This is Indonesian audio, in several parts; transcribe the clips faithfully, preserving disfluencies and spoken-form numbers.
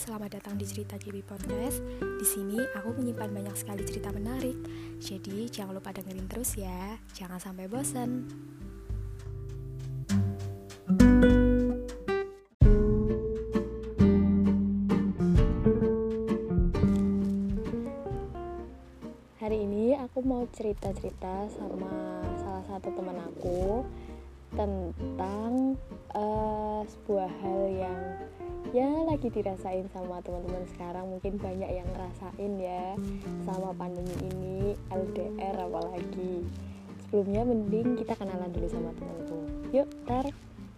selamat datang di Cerita G B Podcast. Di sini aku menyimpan banyak sekali cerita menarik. Jadi jangan lupa dengerin terus ya. Jangan sampai bosan. Hari ini aku mau cerita-cerita sama salah satu teman aku tentang uh, sebuah hal yang ya lagi dirasain sama teman-teman sekarang. Mungkin banyak yang ngerasain ya sama pandemi ini, L D R apalagi. Sebelumnya mending kita kenalan dulu sama temanku. Yuk, Tar.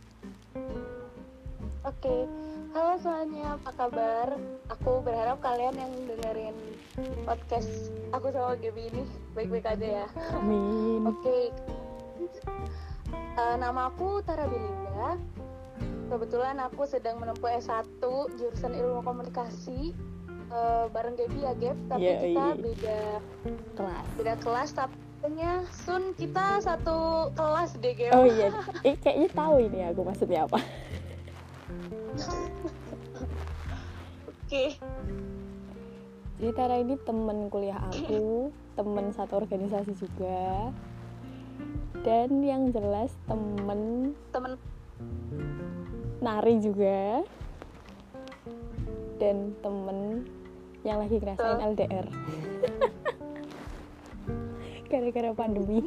Oke, halo semuanya, apa kabar? Aku berharap kalian yang dengerin podcast aku sama Gaby ini baik-baik aja ya. Amin. Oke, uh, nama aku Tara Belinda. Kebetulan aku sedang menempuh S satu jurusan ilmu komunikasi uh, bareng Gaby ya, Gap. Tapi yeah, kita yeah. beda kelas. Beda kelas, tapi kayaknya soon kita satu kelas deh, Gap. Oh iya, eh, kayaknya tahu ini aku maksudnya apa. Oke. Jadi Tara ini teman kuliah aku, teman satu organisasi juga. Dan yang jelas temen Temen nari juga. Dan temen yang lagi ngerasain L D R gara-gara pandemi.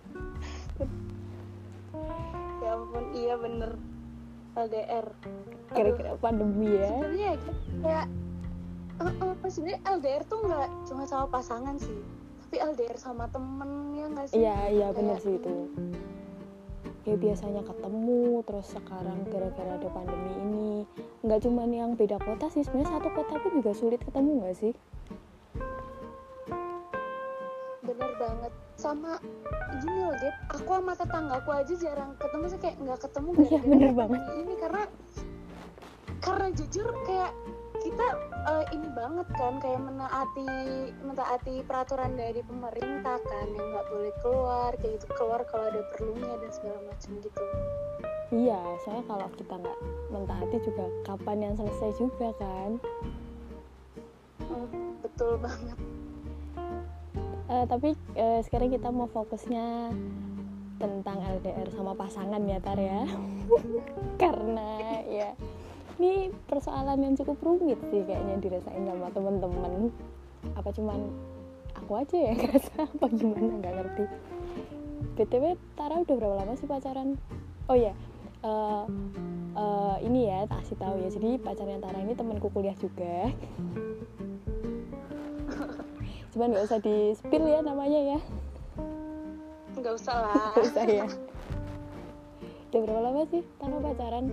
Ya ampun, iya bener, L D R Gara-gara pandemi ya. Sebenarnya kayak uh, uh, sebenarnya L D R tuh nggak cuma sama pasangan sih, tapi L D R sama temen, ya nggak sih? Iya iya Kayak, benar sih itu. Ya biasanya ketemu, terus sekarang gara-gara ada pandemi ini nggak cuma yang beda kota sih, sebenarnya satu kota pun juga sulit ketemu nggak sih? bener banget. Sama gini loh, Dep, aku sama tetanggaku aja jarang ketemu sih, kayak nggak ketemu Iya gara-gara bener pandemi banget. ini karena karena jujur kayak kita uh, ini banget kan, kayak menaati mentaati peraturan dari pemerintah kan, yang nggak boleh keluar kayak gitu, keluar kalau ada perlunya dan segala macam gitu. Iya, soalnya kalau kita nggak mentaati juga kapan yang selesai juga kan. Hmm, betul banget. Uh, tapi uh, sekarang kita mau fokusnya tentang L D R sama pasangan ya, Tar ya. Karena ya ini persoalan yang cukup rumit sih kayaknya dirasain sama teman-teman. Apa cuman aku aja ya ngerasa apa gimana, nggak ngerti. B T W Tara udah berapa lama sih pacaran? Oh ya, uh, uh, ini ya tak kasih tahu ya. Jadi pacarnya Tara ini temanku kuliah juga. Cuman nggak usah di spill ya namanya ya. Nggak usah lah. Nggak usah ya. Udah berapa lama sih Tara pacaran?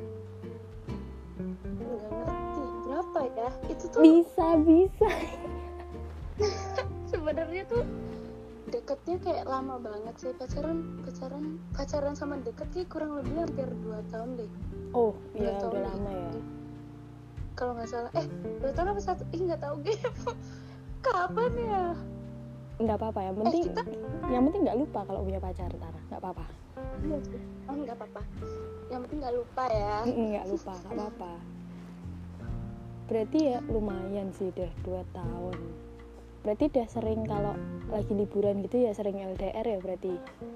Nggak ngerti berapa ya itu tuh. Bisa bisa. Sebenarnya tuh deketnya kayak lama banget sih, pacaran pacaran pacaran sama deket kayak kurang lebih hampir dua tahun deh. Oh Dua iya tahun udah deh. lama ya. Kalau nggak salah, eh dua tahun apa satu? Ih nggak tahu gitu. Kapan ya? Nggak apa-apa, yang penting Eh, kita... yang penting nggak lupa kalau punya pacar, Tara. Nggak apa-apa. Oh nggak apa-apa. Yang penting nggak lupa ya. Nggak lupa, nggak apa-apa. Berarti ya lumayan sih udah dua tahun. Berarti udah sering kalau lagi liburan gitu ya sering L D R ya berarti.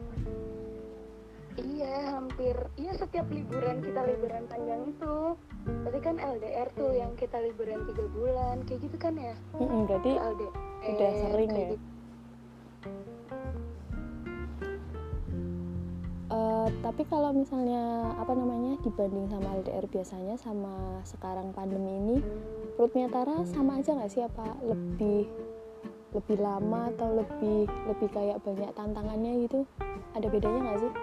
Iya, hampir. Iya, setiap liburan kita liburan panjang itu. Berarti kan L D R tuh yang kita liburan tiga bulan, kayak gitu kan ya? Mm-mm, berarti L D R, udah sering ya. gitu. Uh, tapi kalau misalnya apa namanya dibanding sama L D R biasanya sama sekarang pandemi ini, menurutnya Tara sama aja nggak sih, apa lebih lebih lama atau lebih lebih kayak banyak tantangannya gitu? Ada bedanya nggak sih?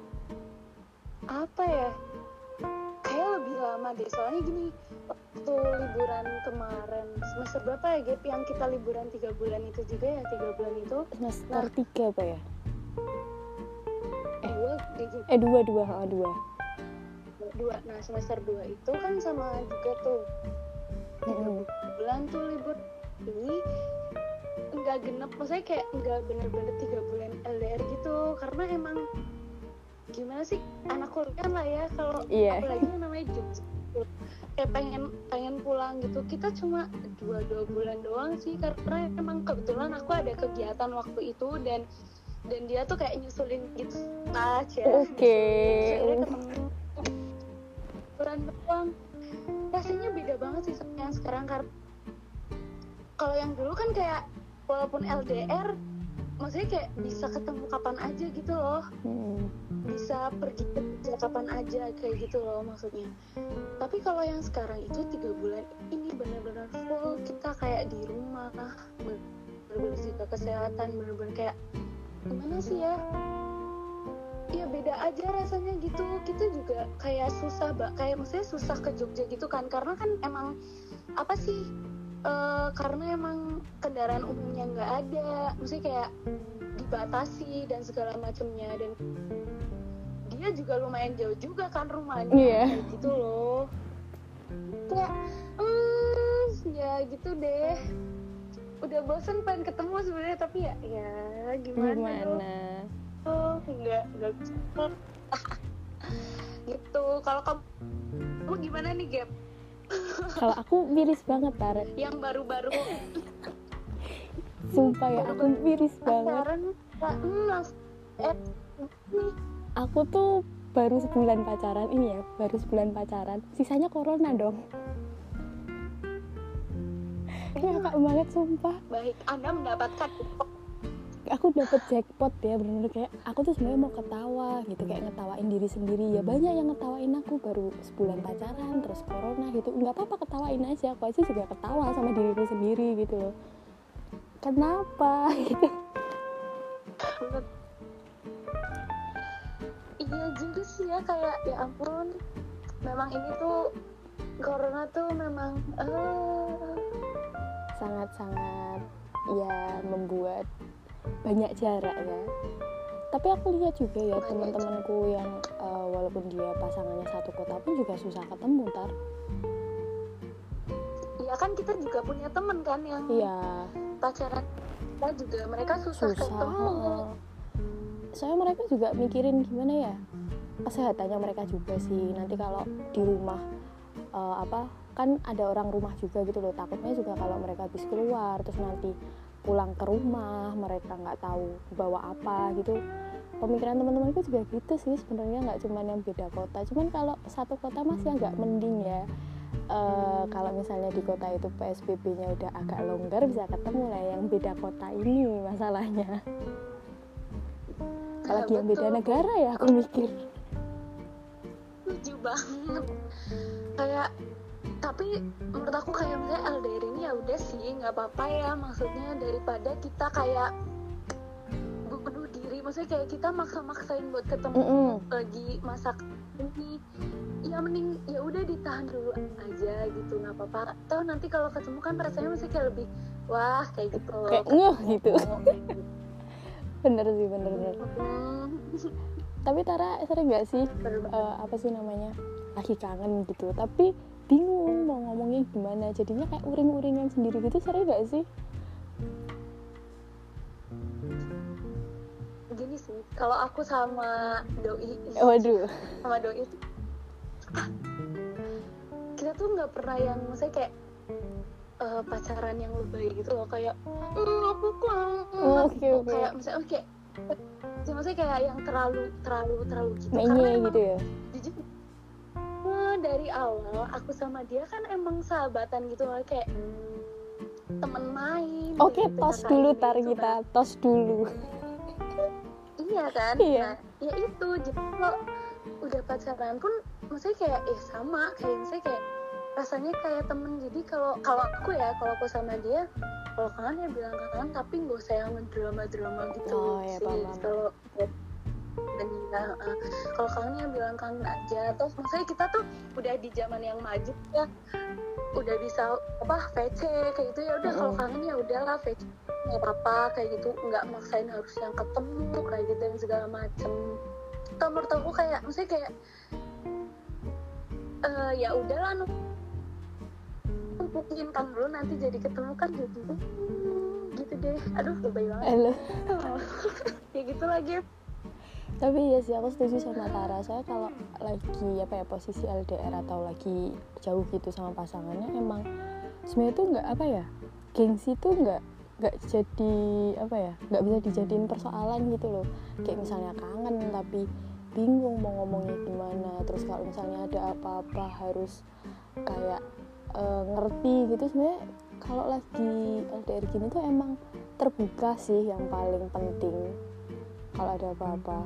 Apa ya? Kayak lebih lama deh, soalnya gini, waktu liburan kemarin semester berapa ya, Gap, yang kita liburan tiga bulan itu juga ya, tiga bulan itu Semester nah, tiga apa ya? eh dua deh, Gap. Eh dua dua ah, dua. dua. Nah semester dua itu kan sama juga tuh tiga Mm-hmm. bulan tuh libur ini nggak genep, maksudnya kayak nggak bener-bener tiga bulan L D R gitu, karena emang gimana sih, anak kuliah lah ya, kalau Iya. apalagi yang namanya job kayak pengen pengen pulang gitu. Kita cuma dua dua bulan doang sih, karena emang kebetulan aku ada kegiatan waktu itu, dan dan dia tuh kayak nyusulin gitu aja. Oke. Akhirnya ketemu bulan doang. Rasanya beda banget sih sama yang sekarang, karena kalau yang dulu kan kayak walaupun L D R maksudnya kayak bisa ketemu kapan aja gitu loh, Hmm. bisa pergi kerja kapan aja kayak gitu loh maksudnya. Tapi kalau yang sekarang itu tiga bulan ini benar-benar full kita kayak di rumah, benar-benar jaga kesehatan, benar-benar kayak gimana sih ya, ya beda aja rasanya gitu. Kita juga kayak susah mbak, kayak maksudnya susah ke Jogja gitu kan, karena kan emang apa sih, Uh, karena emang kendaraan umumnya nggak ada, maksudnya kayak dibatasi dan segala macamnya, dan dia juga lumayan jauh juga kan rumahnya, yeah. kayak gitu loh. Kayak hmm, ya gitu deh, udah bosen pengen ketemu sebenarnya, tapi ya ya gimana, gimana? Oh nggak nggak bisa gitu. Kalau kamu gimana nih Gap? Kalau aku miris banget Tar. Yang baru-baru sumpah ya, aku miris banget. eh, Aku tuh baru sebulan pacaran ini ya, baru sebulan pacaran, sisanya corona dong. Ya kak banget sumpah. Baik, Anda mendapatkan, aku dapet jackpot ya, bener-bener kayak aku tuh sebenarnya mau ketawa gitu, kayak ngetawain diri sendiri. Ya banyak yang ngetawain aku, baru sebulan pacaran terus corona gitu, nggak apa-apa ketawain aja, aku aja juga ketawa sama diriku sendiri gitu loh. Kenapa gitu? Iya juga sih ya, kayak ya ampun, memang ini tuh corona tuh memang uh... sangat-sangat ya membuat banyak jarak ya. Tapi aku lihat juga ya teman-temanku yang uh, walaupun dia pasangannya satu kota pun juga susah ketemu Tar. Iya kan, kita juga punya temen kan yang iya. pacaran, kita juga mereka susah, susah ketemu. uh, soalnya mereka juga mikirin gimana ya kesehatannya mereka juga sih. Nanti kalau di rumah uh, apa kan ada orang rumah juga gitu loh, takutnya juga kalau mereka habis keluar terus nanti pulang ke rumah mereka nggak tahu bawa apa gitu. Pemikiran teman-temanku juga gitu sih sebenarnya, nggak cuma yang beda kota. Cuman kalau satu kota masih agak mending ya. Uh, kalau misalnya di kota itu P S B B-nya udah agak longgar, bisa ketemu lah. Yang beda kota ini masalahnya. Apalagi yang beda negara ya, aku mikir. Setuju banget. Kayak tapi menurut aku kayak misalnya L D R ini ya udah sih nggak apa-apa ya, maksudnya daripada kita kayak bunuh diri, maksudnya kayak kita maksa-maksain buat ketemu mm-hmm. lagi masa ini, ya mending ya udah ditahan dulu aja gitu, nggak apa-apa. Toh nanti kalau ketemu kan rasanya masih kayak lebih wah kayak gitu kayak ngeh gitu. Bener sih, bener-bener. Hmm. Tapi Tara sering nggak sih uh, apa sih namanya lagi kangen gitu tapi bingung mau ngomongnya gimana, jadinya kayak uring-uringan sendiri gitu, sering gak sih? Gini sih, kalau aku sama doi, waduh, sama doi kita tuh nggak pernah yang maksudnya kayak uh, pacaran yang lebay gitu loh, kayak mm, aku kok oh, okay, okay. kayak misalnya oke, okay. maksudnya kayak yang terlalu terlalu terlalu gitu. Menye, karena gitu ya. Jujur, dari awal aku sama dia kan emang sahabatan gitu loh, kayak temen main. Oke, okay, tos dulu Tar gitu, kita, kan. tos dulu. Iya kan? Iya. Nah, ya itu, jadi kalau udah pacaran pun maksudnya kayak eh sama, kayak misalnya kayak rasanya kayak temen. Jadi kalau kalau aku ya, kalau aku sama dia, kalau kangen ya bilang kangen, tapi nggak usah yang drama-drama gitu oh, ya, sih. Kalau dan ya, uh, kalau kangen ya bilang kangen aja. Terus maksudnya kita tuh udah di zaman yang maju ya, udah bisa apa V C kayak gitu ya udah. Kalau kangen ya udahlah V C nggak apa-apa kayak gitu, nggak maksain harus yang ketemu kayak gitu dan segala macem. Kalau menurut aku kayak maksudnya kayak uh, ya udahlah numpukin kan dulu, nanti jadi ketemu kan jadi hmm, gitu deh. Aduh lebay banget. Halo. Ya gitu lagi. Tapi ya sih aku setuju sama Tara. Saya kalau lagi apa ya posisi L D R atau lagi jauh gitu sama pasangannya, emang sebenarnya tuh nggak apa ya, gengsi tuh nggak nggak jadi apa ya, nggak bisa dijadiin persoalan gitu loh. Kayak misalnya kangen tapi bingung mau ngomongnya gimana, terus kalau misalnya ada apa-apa harus kayak e, ngerti gitu. Sebenarnya kalau lagi L D R gini tuh emang terbuka sih yang paling penting kalau ada apa-apa.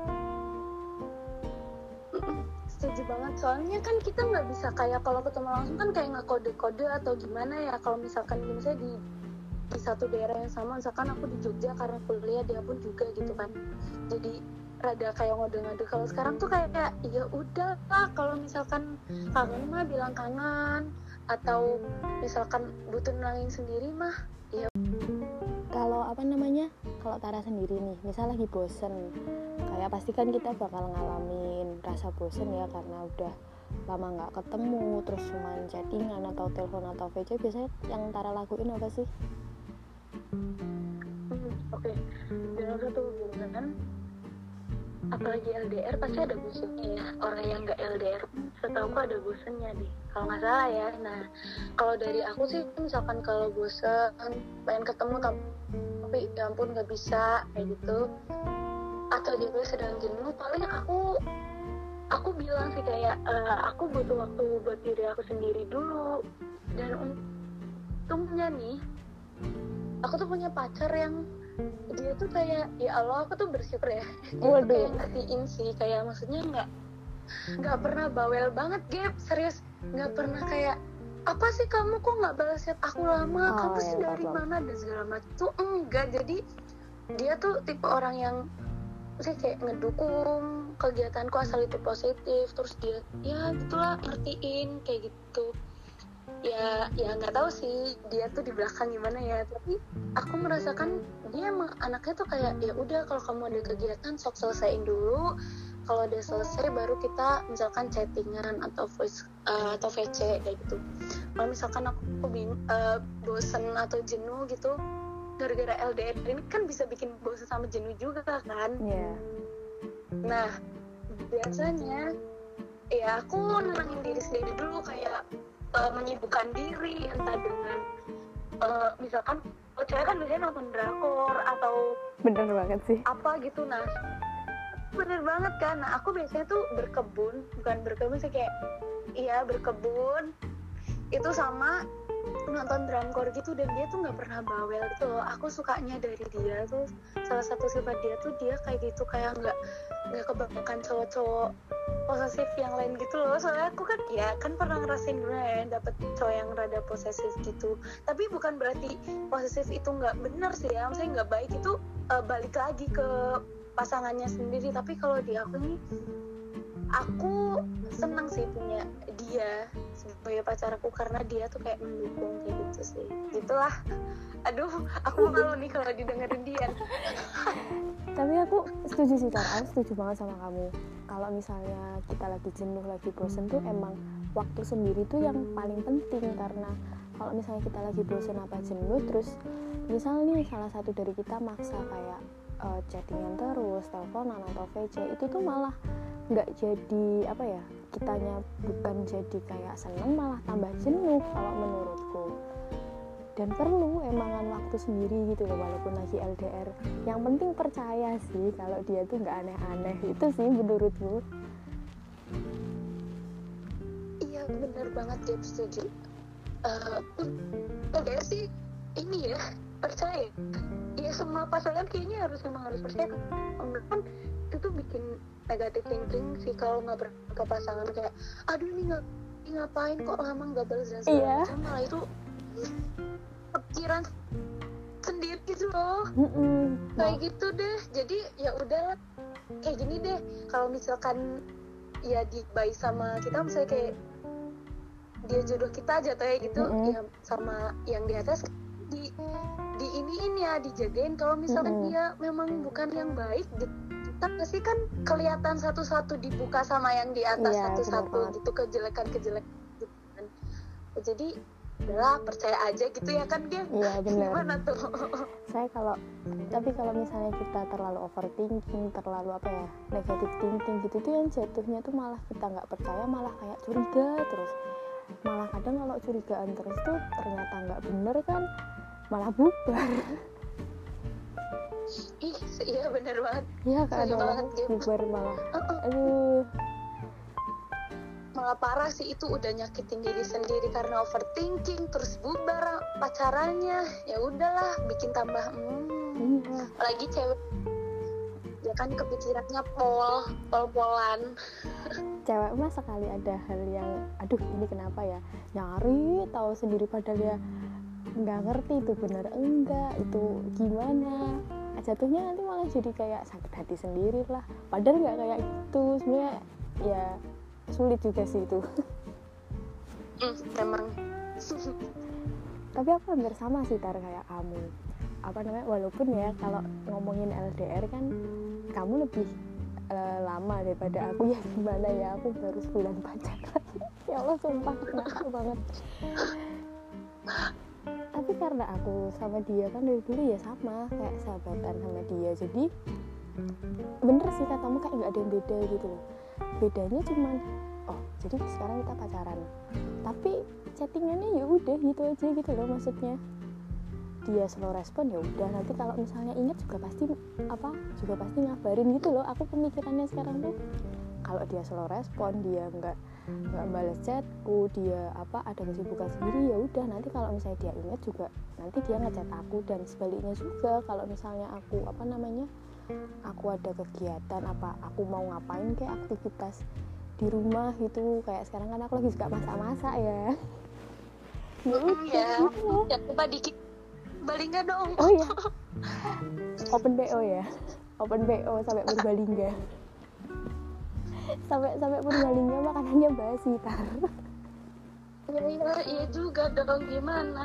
Setuju banget, soalnya kan kita nggak bisa kayak kalau ketemu langsung kan kayak nggak kode-kode atau gimana ya. Kalau misalkan misalnya di di satu daerah yang sama, misalkan aku di Jogja karena kuliah, dia pun juga gitu kan, jadi rada kayak ngode-ngode. Kalau sekarang tuh kayak ya udah lah, kalau misalkan kangen mah bilang kangen, atau misalkan butuh nenangin sendiri mah ya. Kalau apa namanya, kalau Tara sendiri nih misal lagi bosen, kayak pasti kan kita bakal ngalamin rasa bosen ya, karena udah lama nggak ketemu, terus cuman chattingan atau telepon atau V C. Biasanya yang Tara lakuin apa sih? Hmm, Oke, okay. Dalam satu hubungan, apalagi L D R, pasti ada bosannya ya. Orang yang nggak L D R, setahuku ada bosannya deh, kalau nggak salah ya. Nah, kalau dari aku sih, misalkan kalau bosan, pengen ketemu tapi ya ampun nggak bisa kayak gitu, atau dia sedang jenuh, paling aku aku bilang sih kayak e, aku butuh waktu buat diri aku sendiri dulu. Dan untungnya nih, aku tuh punya pacar yang dia tuh kayak, ya Allah aku tuh bersyukur ya, dia tuh kayak ngertiin sih, kayak maksudnya nggak nggak pernah bawel banget, Gap, serius nggak pernah kayak apa sih kamu kok nggak balas chat aku lama, oh, kamu sih ya, dari mana dan segala macam tuh enggak. Jadi dia tuh tipe orang yang saya kayak ngedukung kegiatanku asal itu positif, terus dia ya gitulah ngertiin kayak gitu. Ya ya nggak tahu sih dia tuh di belakang gimana ya, tapi aku merasakan dia emang anaknya tuh kayak ya udah kalau kamu ada kegiatan sok selesaiin dulu, kalau udah selesai baru kita misalkan chattingan atau voice uh, atau V C kayak gitu. Kalau misalkan aku bing, uh, bosen atau jenuh gitu gara-gara L D R ini kan bisa bikin bosen sama jenuh juga kan. Yeah. Nah biasanya ya aku nenangin diri sendiri dulu, kayak Uh, menyibukkan diri entah dengan uh, misalkan oh, cewek kan biasanya nonton drakor atau bener banget sih apa gitu. Nah bener banget kan. Nah aku biasanya tuh berkebun, bukan berkebun sih, kayak iya berkebun itu sama nonton drakor gitu. Dan dia tuh nggak pernah bawel gitu loh. Aku sukanya dari dia tuh, salah satu sifat dia tuh dia kayak gitu, kayak nggak nggak kebanyakan cowok-cowok posesif yang lain gitu loh. Soalnya aku kan ya kan pernah ngerasain dulu ya dapet cowok yang rada posesif gitu. Tapi bukan berarti posesif itu nggak benar sih ya, maksudnya nggak baik, itu uh, balik lagi ke pasangannya sendiri. Tapi kalau di aku nih, aku senang sih punya dia sebagai pacar aku, karena dia tuh kayak mendukung kayak gitu sih. Gitulah. Aduh, aku malu nih kalau didengerin dia. Tapi aku setuju sih, Tar. Aku setuju banget sama kamu. Kalau misalnya kita lagi jenuh, lagi bosen tuh emang waktu sendiri tuh yang paling penting. Karena kalau misalnya kita lagi bosen apa jenuh, terus misal nih salah satu dari kita maksa kayak uh, chattingan terus, teleponan atau V C, itu tuh malah nggak jadi apa ya, kitanya bukan jadi kayak seneng, malah tambah jenuh kalau menurutku. Dan perlu emangan waktu sendiri gitu loh, walaupun lagi L D R. Yang penting percaya sih kalau dia tuh nggak aneh-aneh, itu sih menurutku. Iya bener banget, dia setuju. Uh, L D R sih ini ya, percaya. Ya semua pasangan kayaknya harus memang harus percaya. Enggak kan itu tuh bikin negative thinking sih kalau nggak ke pasangan, kayak aduh ini nggak ngapain kok lama nggak balas dan segala macam, malah itu pikiran sendiri gitu loh. Mm-mm. Kayak gitu deh. Jadi ya udah kayak gini deh, kalau misalkan ya dibaik sama kita, misalnya kayak dia jodoh kita jatuhnya gitu, mm-hmm. ya sama yang di atas di di iniin ya, dijagain. Kalau misalkan mm-hmm. dia memang bukan yang baik gitu, kita pasti kan kelihatan satu-satu dibuka sama yang di atas, yeah, satu-satu gitu, kejelekan-kejelekan gitu kan. Jadi udahlah percaya aja gitu ya kan dia. Iya benar. Gimana tuh? Saya kalau tapi kalau misalnya kita terlalu overthinking, terlalu apa ya, negative thinking gitu tuh yang jatuhnya tuh malah kita nggak percaya, malah kayak curiga terus. Malah kadang kalau curigaan terus tuh ternyata nggak bener kan, malah bubar. Ih, iya bener banget. Iya kan, Setuju malah banget, Gem. bubar malah. Uh-uh. Aduh. Malah parah sih, itu udah nyakitin diri sendiri karena overthinking, terus bubar pacarannya. Ya udahlah, bikin tambah hmm. Iya. Lagi cewek ya kan kepikirannya pol, pol-polan. Cewek mah sekali ada hal yang aduh ini kenapa ya, nyari tahu sendiri padahal ya nggak ngerti itu benar enggak, itu gimana, jatuhnya nanti malah jadi kayak sakit hati sendiri lah, padahal nggak kayak gitu sebenarnya. Ya sulit juga sih itu. Hmm, memang. Tapi aku hampir sama sih Tar kayak kamu, apa namanya, walaupun ya kalau ngomongin L D R kan kamu lebih uh, lama daripada aku, ya gimana ya, aku baru sebulan pacaran. Ya Allah sumpah nakal banget. Tapi karena aku sama dia kan dari dulu ya sama kayak sahabatan sama dia, jadi bener sih katamu kayak nggak ada yang beda gitu loh. Bedanya cuman oh jadi sekarang kita pacaran tapi chattingannya ya udah gitu aja gitu loh, maksudnya dia slow respon ya udah, nanti kalau misalnya ingat juga pasti apa juga pasti ngabarin gitu loh. Aku pemikirannya sekarang tuh kalau dia slow respon, dia nggak nggak balas chatku, dia apa ada kesibukan sendiri, ya udah nanti kalau misalnya dia ingat juga nanti dia ngechat aku, dan sebaliknya juga kalau misalnya aku apa namanya aku ada kegiatan apa aku mau ngapain kayak aktivitas di rumah gitu, kayak sekarang kan aku lagi suka masak-masak ya. Ya ya, ya coba dikit Balingga dong. Oh iya. Open B O ya. Open B O sampai Purbalingga. Sampai sampai Purbalingga makanannya basi Tar. Ya, ya, iya juga dong, gimana?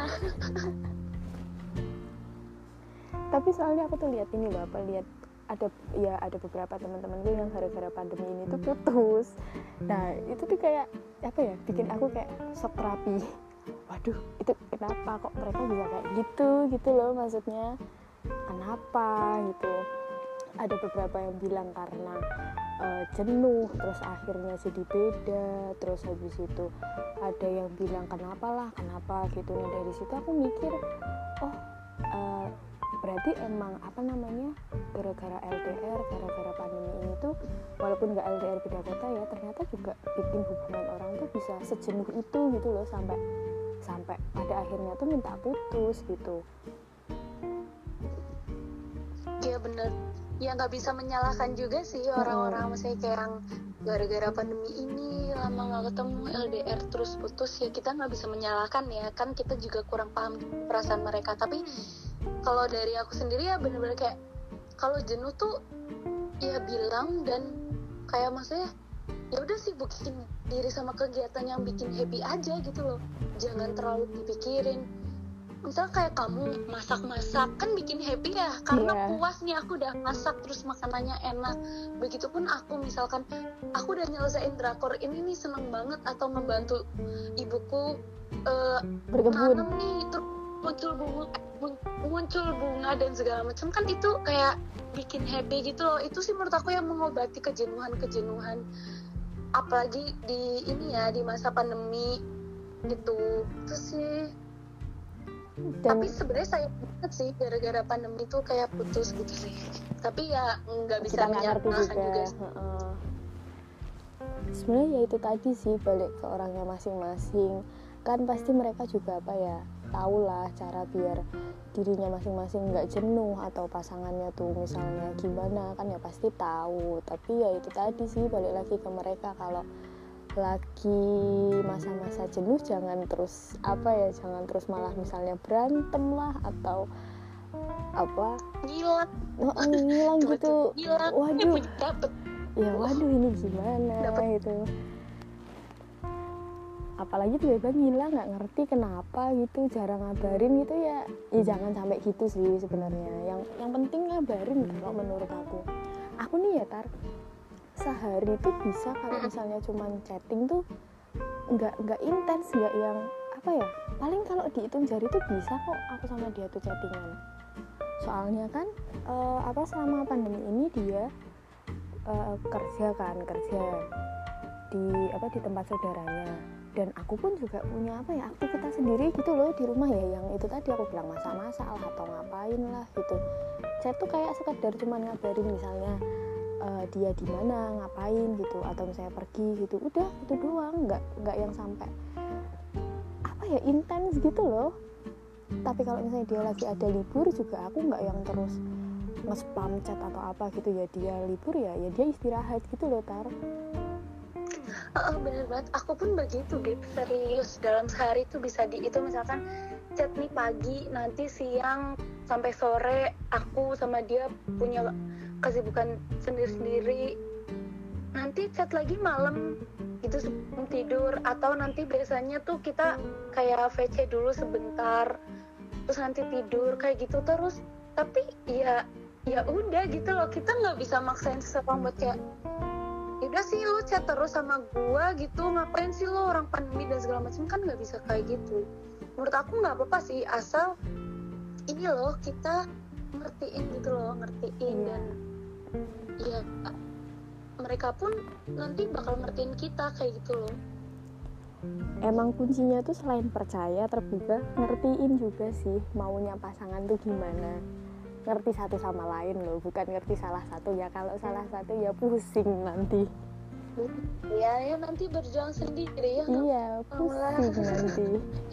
Tapi soalnya aku tuh lihat ini loh, apa lihat ada ya ada beberapa teman-teman gue yang gara-gara pandemi ini tuh putus. Nah itu tuh kayak apa ya, bikin aku kayak shock terapi. Waduh itu kenapa kok mereka bisa kayak gitu gitu loh, maksudnya kenapa gitu. Ada beberapa yang bilang karena uh, jenuh terus akhirnya jadi beda, terus habis itu ada yang bilang kenapa lah kenapa gitu. Nah dari situ aku mikir oh uh, berarti emang apa namanya gara-gara L D R, gara-gara pandemi ini tuh walaupun nggak L D R beda kota ya, ternyata juga bikin hubungan orang tuh bisa sejenuh itu gitu loh, sampai sampai pada akhirnya tuh minta putus gitu. Iya bener, ya nggak bisa menyalahkan juga sih orang-orang misalnya kayak yang gara-gara pandemi ini lama nggak ketemu L D R terus putus, ya kita nggak bisa menyalahkan ya kan, kita juga kurang paham perasaan mereka. Tapi kalau dari aku sendiri ya bener-bener kayak kalau jenuh tuh ya bilang, dan kayak maksudnya ya udah sibukin diri sama kegiatan yang bikin happy aja gitu loh, jangan terlalu dipikirin. Misal kayak kamu masak-masak kan bikin happy ya, karena yeah. puas nih aku udah masak terus makanannya enak. Begitupun aku misalkan aku udah nyelesain drakor ini nih seneng banget, atau ngebantu ibuku uh, berkebun nanam nih terus muncul bunga muncul bunga dan segala macam, kan itu kayak bikin happy gitu loh. Itu sih menurut aku yang mengobati kejenuhan-kejenuhan apalagi di ini ya di masa pandemi gitu. Itu sih. Dan, tapi sebenarnya saya banget sih gara-gara pandemi itu kayak putus gitu sih. Tapi ya nggak bisa menyalahkan juga, juga uh-uh. Sebenarnya ya itu tadi sih, balik ke orangnya masing-masing. Kan pasti mereka juga apa ya, tahu lah cara biar dirinya masing-masing nggak jenuh, atau pasangannya tuh misalnya gimana kan ya pasti tahu. Tapi ya itu tadi sih, balik lagi ke mereka. Kalau lagi masa-masa jenuh jangan terus apa ya jangan terus malah misalnya berantem lah atau apa ngilang oh, ngilang gitu ngilang. Waduh dapet. Ya waduh ini gimana dapet. Itu apalagi tiba-tiba ngilang nggak ngerti kenapa gitu, jarang ngabarin gitu ya. Ya jangan sampai gitu sih sebenarnya. Yang yang penting ngabarin kalau menurut aku. Aku nih ya Tar, sehari tuh bisa kalau misalnya cuman chatting tuh nggak nggak intens, nggak yang apa ya, paling kalau dihitung jari tuh bisa kok aku sama dia tuh chattingan. Soalnya kan uh, apa selama pandemi ini dia uh, kerja kan kerja di apa di tempat saudaranya, dan aku pun juga punya apa ya aktivitas sendiri gitu loh di rumah ya, yang itu tadi aku bilang masak-masak lah atau ngapain lah gitu. Chat tuh kayak sekedar cuman ngabarin misalnya uh, dia di mana ngapain gitu, atau misalnya pergi gitu, udah itu doang, nggak nggak yang sampai apa ya intens gitu loh. Tapi kalau misalnya dia lagi ada libur juga aku nggak yang terus nge-spam chat atau apa gitu ya, dia libur ya ya dia istirahat gitu loh Tar. Oh, bener banget, aku pun begitu gitu, serius dalam sehari tuh bisa di itu misalkan chat nih pagi, nanti siang sampai sore aku sama dia punya kesibukan sendiri-sendiri, nanti chat lagi malam gitu sebelum tidur, atau nanti biasanya tuh kita kayak V C dulu sebentar terus nanti tidur kayak gitu terus. Tapi ya ya udah gitu loh, kita nggak bisa maksain seseorang buat kayak udah sih lu chat terus sama gua gitu, ngapain sih lu orang pandemi dan segala macam, kan nggak bisa kayak gitu. Menurut aku nggak apa-apa sih, asal ini loh kita ngertiin gitu loh, ngertiin dan ya mereka pun nanti bakal ngertiin kita kayak gitu loh. Emang kuncinya tuh selain percaya terbuka, ngertiin juga sih maunya pasangan tuh gimana. Ngerti satu sama lain loh, bukan ngerti salah satu ya. Kalau salah satu ya pusing nanti. Ya, ya nanti berjuang sendiri ya. Iya, pusing nanti.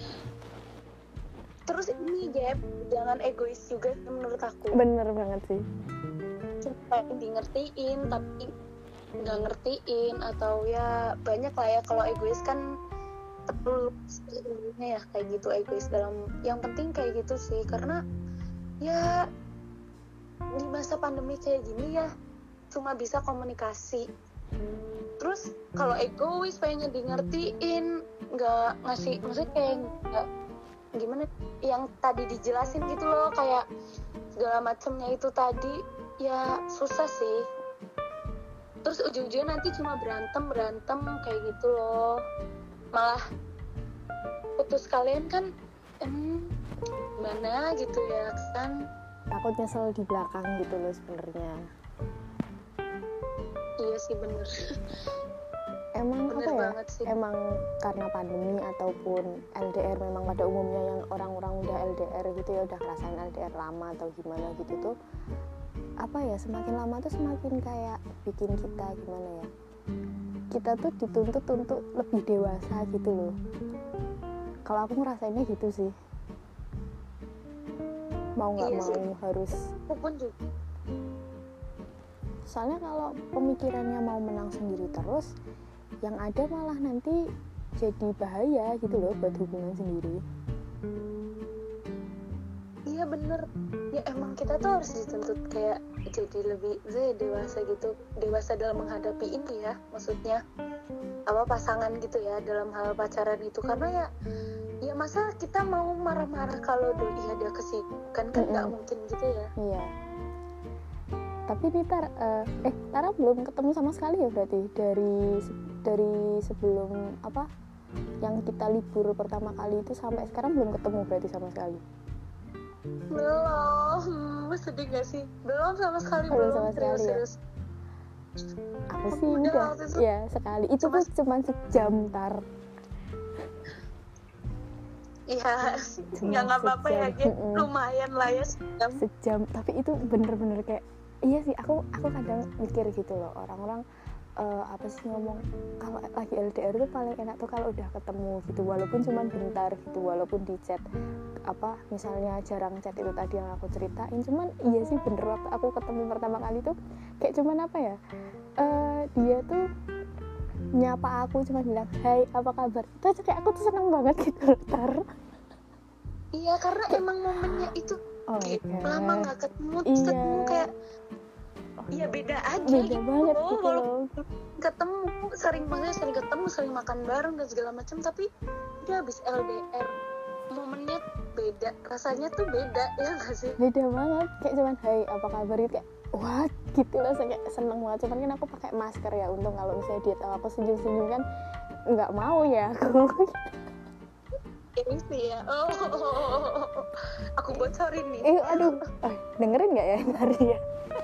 Terus ini Jeb, jangan egois juga menurut aku. Bener banget sih. Supaya di ngertiin tapi nggak ngertiin, atau ya banyak lah ya kalau egois kan perlu sebenarnya ya kayak gitu, egois dalam yang penting kayak gitu sih, karena ya di masa pandemi kayak gini ya cuma bisa komunikasi. Terus kalau egois pengen di ngertiin, nggak ngasih, maksudnya kayak nggak gimana yang tadi dijelasin gitu loh, kayak segala macamnya itu tadi ya susah sih. Terus ujung-ujungnya nanti cuma berantem berantem kayak gitu loh, malah putus kalian kan em, gimana gitu ya kan. Takut nyesel di belakang gitu loh sebenarnya. Iya sih bener. Emang bener apa ya, sih. emang karena pandemi ataupun L D R memang pada umumnya yang orang-orang udah L D R gitu ya, udah ngerasain L D R lama atau gimana gitu tuh, apa ya, semakin lama tuh semakin kayak bikin kita gimana ya, kita tuh dituntut untuk lebih dewasa gitu loh. Kalau aku ngerasainnya gitu sih, mau nggak iya mau sih. harus. Aku pun juga. Soalnya kalau pemikirannya mau menang sendiri terus, yang ada malah nanti jadi bahaya gitu loh buat hubungan sendiri. Iya bener, ya emang kita tuh harus dituntut kayak jadi lebih saya dewasa gitu, dewasa dalam menghadapi ini ya, maksudnya apa pasangan gitu ya, dalam hal pacaran itu. Karena ya ya masa kita mau marah-marah kalau doi ada kesibukan, kan nggak mungkin gitu ya. Iya. Tapi nih Tar, uh, eh Tara belum ketemu sama sekali ya berarti dari dari sebelum apa yang kita libur pertama kali itu sampai sekarang belum ketemu berarti sama sekali. Belum, sedih gak sih? Belum sama sekali, belum, belum sama sekali serius, ya. Aku sih udah, udah, itu ya sekali. Itu cuma, tuh cuma sejam Tar. Iya, ya nggak apa-apa ya, gitu. Lumayan lah ya sejam. Sejam, tapi itu bener-bener kayak, iya sih, aku aku kadang mikir gitu loh, orang-orang uh, apa sih ngomong kalau lagi L D R tuh paling enak tuh kalau udah ketemu gitu, walaupun cuma bentar gitu, walaupun di chat apa misalnya jarang chat itu tadi yang aku ceritain. Cuman iya sih bener, waktu aku ketemu pertama kali tuh kayak cuman apa ya, uh, dia tuh nyapa aku cuma bilang hai apa kabar, terus kayak aku tuh seneng banget gitu Tar. Iya karena emang momennya itu oh, kayak okay. lama nggak ketemu, terus iya. ketemu kayak iya beda aja beda gitu banget loh, gitu walaupun ketemu sering maksudnya sering ketemu sering makan bareng dan segala macam, tapi udah habis L D R momennya beda, rasanya tuh beda ya nggak sih? Beda banget, kayak cuman hai apa kabar itu kayak what gitu loh, kayak seneng banget. Cuman kan aku pakai masker ya, untung kalau misalnya dia tahu aku senyum-senyum kan nggak mau ya aku. Ya gengsi ya. Oh, aku bocorin nih. Eh, aduh, eh, dengerin nggak ya tadi ya?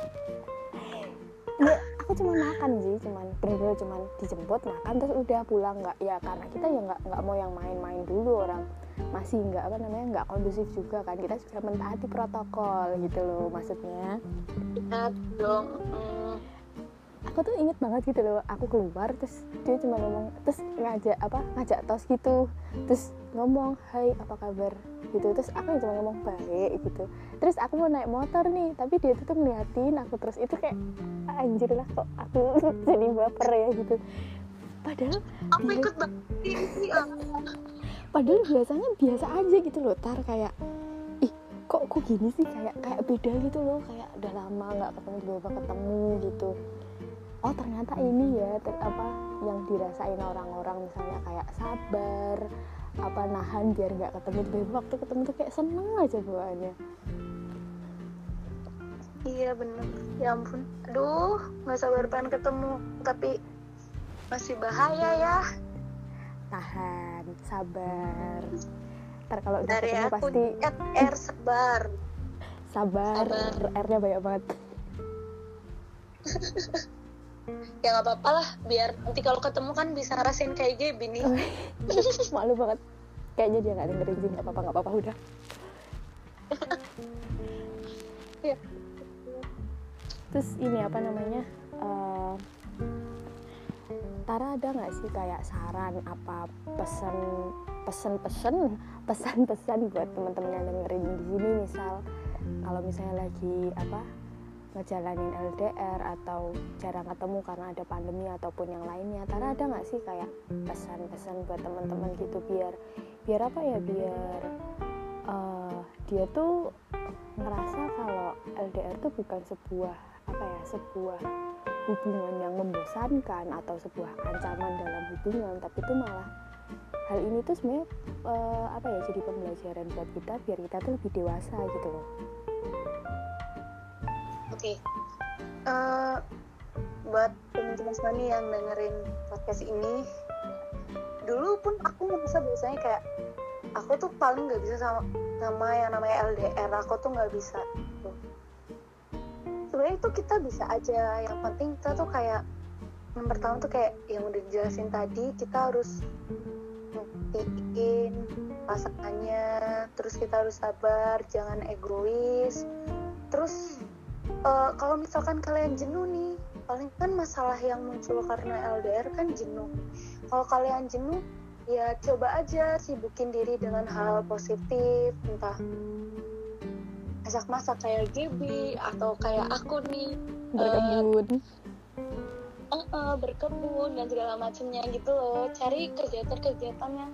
Ya, aku cuma makan sih, cuman bener-bener cuman dijemput makan terus udah pulang, nggak ya karena kita ya nggak nggak mau yang main-main dulu, orang masih nggak apa namanya nggak kondusif juga kan, kita juga mentaati protokol gitu loh maksudnya. Ingat dong. Hmm. Aku tuh inget banget gitu loh, aku keluar terus dia cuma ngomong, terus ngajak apa ngajak tos gitu, terus ngomong hai apa kabar gitu, terus aku cuma ngomong baik gitu, terus aku mau naik motor nih tapi dia tuh ngeliatin aku terus, itu kayak anjir lah kok aku jadi baper ya gitu, padahal Aku dia, ikut banget ini. padahal biasanya biasa aja gitu loh tar, kayak ih kok kok gini sih, kayak kayak beda gitu loh, kayak udah lama nggak ketemu tiba-tiba ketemu gitu. Oh ternyata ini ya ter, apa yang dirasain orang-orang, misalnya kayak sabar apa nahan biar nggak ketemu, tiba-tiba waktu ketemu tuh kayak seneng aja bawaannya. Iya bener, ya ampun, aduh nggak sabar pengen ketemu, tapi masih bahaya ya. Tahan, sabar, ntar kalau udah Dari ketemu aku pasti at R sabar. sabar, Sabar. R-nya banyak banget. Ya nggak apa-apa lah, biar nanti kalau ketemu kan bisa ngerasain kayak Gaby nih. Malu banget, kayaknya dia nggak dengerin sih, nggak apa-apa nggak apa-apa udah. Ya. Terus ini apa namanya, uh, Tara ada nggak sih kayak saran apa pesan pesan-pesan pesan-pesan buat teman-teman yang dengerin di sini, misal kalau misalnya lagi apa ngejalanin L D R atau jarang ketemu karena ada pandemi ataupun yang lainnya, Tara ada nggak sih kayak pesan-pesan buat teman-teman gitu, biar biar apa ya biar uh, dia tuh ngerasa kalau L D R tuh bukan sebuah apa ya sebuah hubungan yang membosankan atau sebuah ancaman dalam hubungan, tapi itu malah hal ini tuh sebenarnya uh, apa ya jadi pembelajaran buat kita biar kita tuh lebih dewasa gitu loh. Oke, okay. uh, buat teman-teman semua nih yang dengerin podcast ini, dulu pun aku ngerasa biasanya kayak aku tuh paling nggak bisa sama sama yang namanya L D R, aku tuh nggak bisa. Tuh. Sebenarnya itu kita bisa aja, yang penting kita tuh kayak yang pertama tuh kayak yang udah dijelasin tadi, kita harus ngertiin pasangannya, terus kita harus sabar, jangan egois, terus Uh, kalau misalkan kalian jenuh nih, paling kan masalah yang muncul karena L D R kan jenuh. Kalau kalian jenuh, ya coba aja sibukin diri dengan hal positif, entah masak-masak kayak Gaby atau kayak aku nih Berkebun, uh, uh, uh, berkebun dan segala macamnya gitu loh. Cari kegiatan-kegiatan yang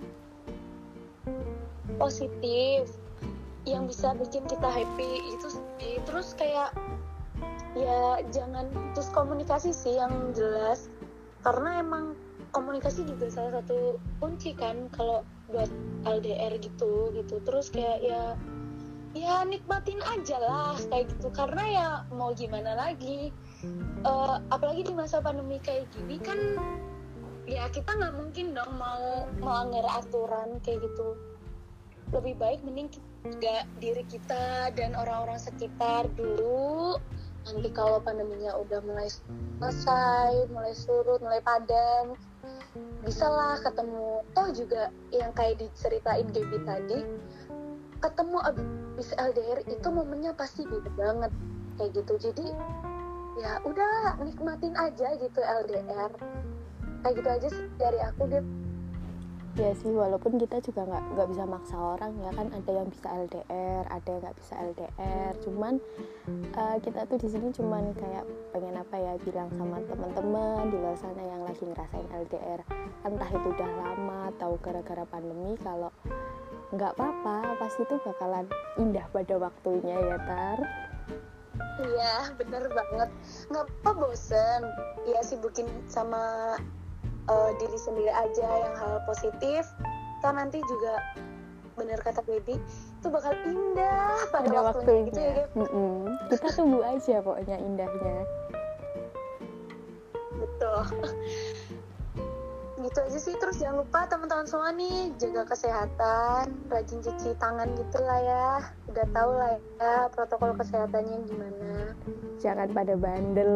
positif, yang bisa bikin kita happy itu sih. Terus kayak ya jangan putus komunikasi sih yang jelas, karena emang komunikasi juga salah satu kunci kan kalau buat L D R gitu gitu. Terus kayak ya ya nikmatin aja lah kayak gitu, karena ya mau gimana lagi, uh, apalagi di masa pandemi kayak gini kan ya kita nggak mungkin dong mau melanggar aturan kayak gitu. Lebih baik mending jaga diri kita dan orang-orang sekitar dulu. Nanti kalau pandeminya udah mulai selesai, mulai surut, mulai padam, bisalah ketemu. Toh juga yang kayak diceritain Gaby tadi, ketemu abis L D R itu momennya pasti beda banget kayak gitu. Jadi ya udah nikmatin aja gitu L D R. Kayak gitu aja sih dari aku deh. ya sih, walaupun kita juga nggak nggak bisa maksa orang ya kan, ada yang bisa L D R, ada yang nggak bisa L D R, cuman uh, kita tuh di sini cuman kayak pengen apa ya bilang sama teman-teman di luar sana yang lagi ngerasain L D R, entah itu udah lama atau gara-gara pandemi, kalau nggak apa-apa, pasti itu bakalan indah pada waktunya ya Tar. Iya bener banget, nggak apa bosen ya, sibukin sama Uh, diri sendiri aja yang hal positif, kan nanti juga bener kata Gaby itu bakal indah pada, pada waktunya, waktunya gitu ya Gaby. Kita tunggu aja pokoknya indahnya. Betul. gitu aja sih. Terus jangan lupa teman-teman semua nih jaga kesehatan, rajin cuci tangan gitu lah ya. Udah tahu lah ya protokol kesehatannya gimana. Jangan pada bandel.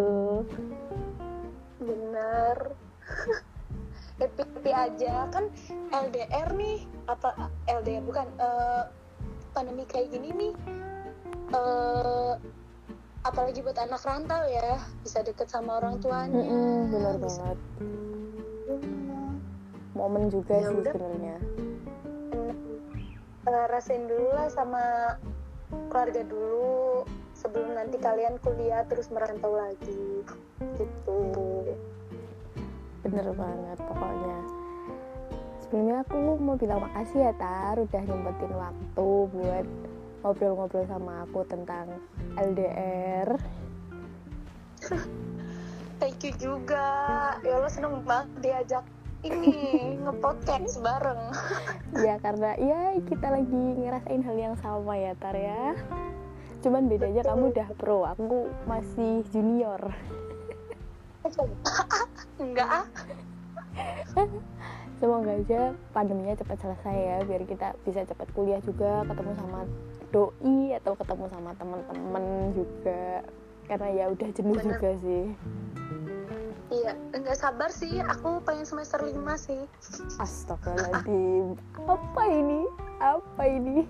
Bener. Happy-happy aja kan. L D R nih, apa L D R bukan, uh, pandemi kayak gini nih, uh, apalagi buat anak rantau ya, bisa deket sama orang tuanya. Mm-mm, bener bisa. banget. Momen juga Ya sih udah. sebenarnya. Uh, rasain dulu lah sama keluarga dulu sebelum nanti kalian kuliah terus merantau lagi gitu. Bener banget pokoknya. Sebelumnya aku mau bilang makasih ya Tar, udah nyempetin waktu buat ngobrol-ngobrol sama aku tentang L D R. Thank you juga. Ya Allah seneng banget diajak ini nge-podcast bareng. Ya karena ya kita lagi ngerasain hal yang sama ya Tar ya. Cuman bedanya kamu udah pro, aku masih junior. Enggak ah. Semoga aja pandeminya cepat selesai ya, biar kita bisa cepat kuliah juga, ketemu sama doi atau ketemu sama teman-teman juga. Karena ya udah jenuh Bener. juga sih. Iya, enggak sabar sih. Aku pengen semester lima sih. Astagfirullahaladzim. Apa ini? Apa ini?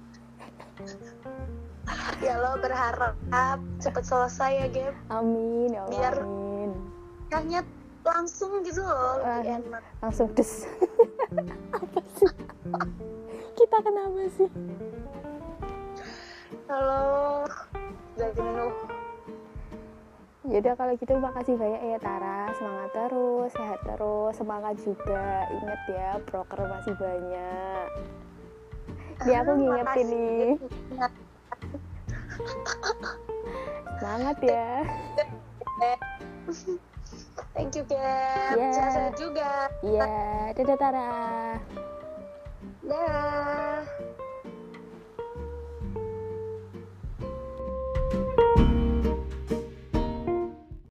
Ya lo berharap cepet selesai ya, Gem. Amin ya Allah. Biar Amin. kayaknya langsung gitu loh, lebih Ah, enak. langsung des. Apa sih? Kita kenapa sih? Halo, udah jenuh. Yaudah kalau gitu makasih banyak ya Tara. Semangat terus, sehat terus, semangat juga. Ingat ya, proker masih banyak. Ini aku ngingetin nih. Semangat ya. Thank you, Gem. Yeah. Sehat-sehat juga. Iya, dadah Tara. Dah.